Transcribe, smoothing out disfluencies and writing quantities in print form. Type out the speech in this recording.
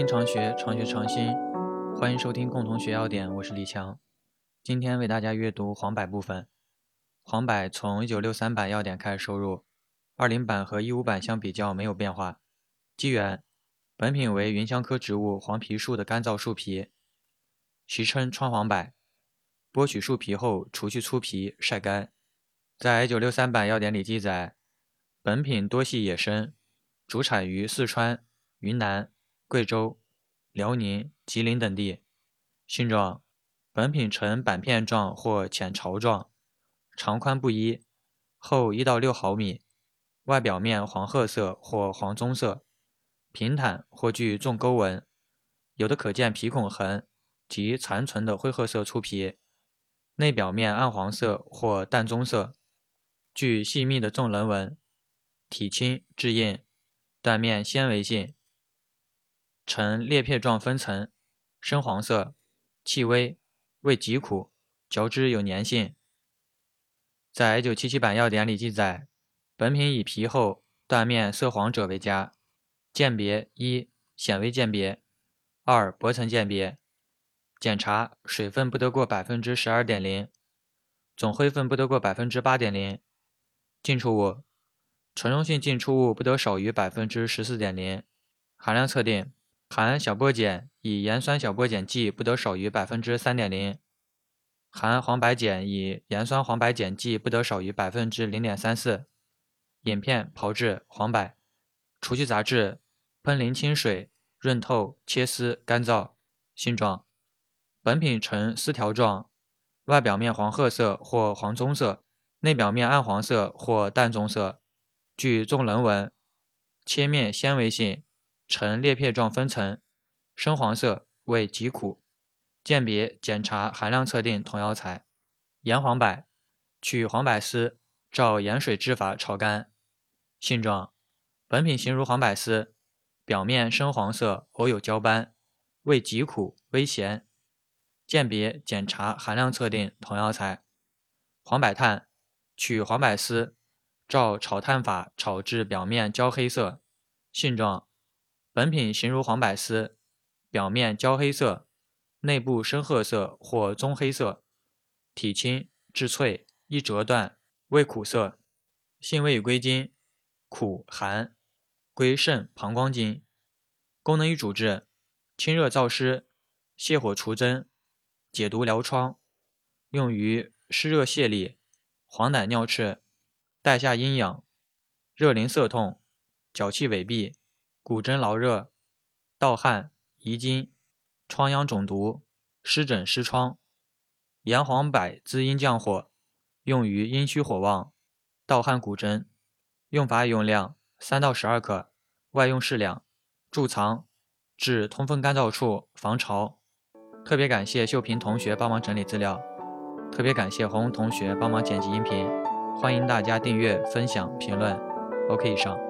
常学，常学常新。欢迎收听共同学要点，我是李强。今天为大家阅读黄柏部分。黄柏从1963版要点开始收入，20版和15版相比较没有变化。基源：本品为芸香科植物黄皮树的干燥树皮，习称川黄柏。剥取树皮后，除去粗皮，晒干。在1963版要点里记载，本品多系野生，主产于四川、云南、贵州、辽宁、吉林等地。性状：本品呈板片状或浅潮状，长宽不一，厚1到6毫米，外表面黄褐色或黄棕色，平坦或具纵沟纹，有的可见皮孔痕及残存的灰褐色粗皮，内表面暗黄色或淡棕色，具细密的纵棱纹，体轻质硬，断面纤维性，呈裂片状分层，深黄色，气微，味极苦，嚼之有粘性。在1977版要点里记载，本品以皮厚、断面色黄者为佳。鉴别：一、显微鉴别；二、薄层鉴别。检查：水分不得过 12.0%， 总灰分不得过 8.0%。进出物：纯溶性进出物不得少于 14.0%。含量测定：含小波碱以盐酸小波碱剂不得少于 3.0%， 含黄柏碱以盐酸黄柏碱剂不得少于 0.34%。饮片炮制黄柏，除去杂质，喷淋清水，润透，切丝，干燥。性状：本品呈丝条状，外表面黄褐色或黄棕色，内表面暗黄色或淡棕色，具纵棱纹，切面纤维性，呈裂片状分层，深黄色，味极苦。鉴别、检查、含量测定同药材。盐黄柏，取黄柏丝，照盐水制法炒干。性状：本品形如黄柏丝，表面深黄色，偶有焦斑，味极苦，微咸。鉴别、检查、含量测定同药材。黄柏炭，取黄柏丝，照炒炭法炒至表面焦黑色。性状：本品形如黄柏丝，表面焦黑色，内部深褐色或棕黑色，体轻质脆，易折断，味苦涩。性味与归经：苦寒，归肾膀胱经。功能与主治：清热燥湿，泻火除砧，解毒疗疮，用于湿热泻痢、黄疸尿赤、带下阴痒、热淋涩痛、脚气痿痹、骨蒸劳热、盗汗、遗精、疮疡肿毒、湿疹湿疮。盐黄柏滋阴降火，用于阴虚火旺、盗汗骨蒸。用法与用量3到12克，外用适量，贮藏，至通风干燥处，防潮。特别感谢秀萍同学帮忙整理资料，特别感谢红红同学帮忙剪辑音频。欢迎大家订阅、分享、评论。OK 以上。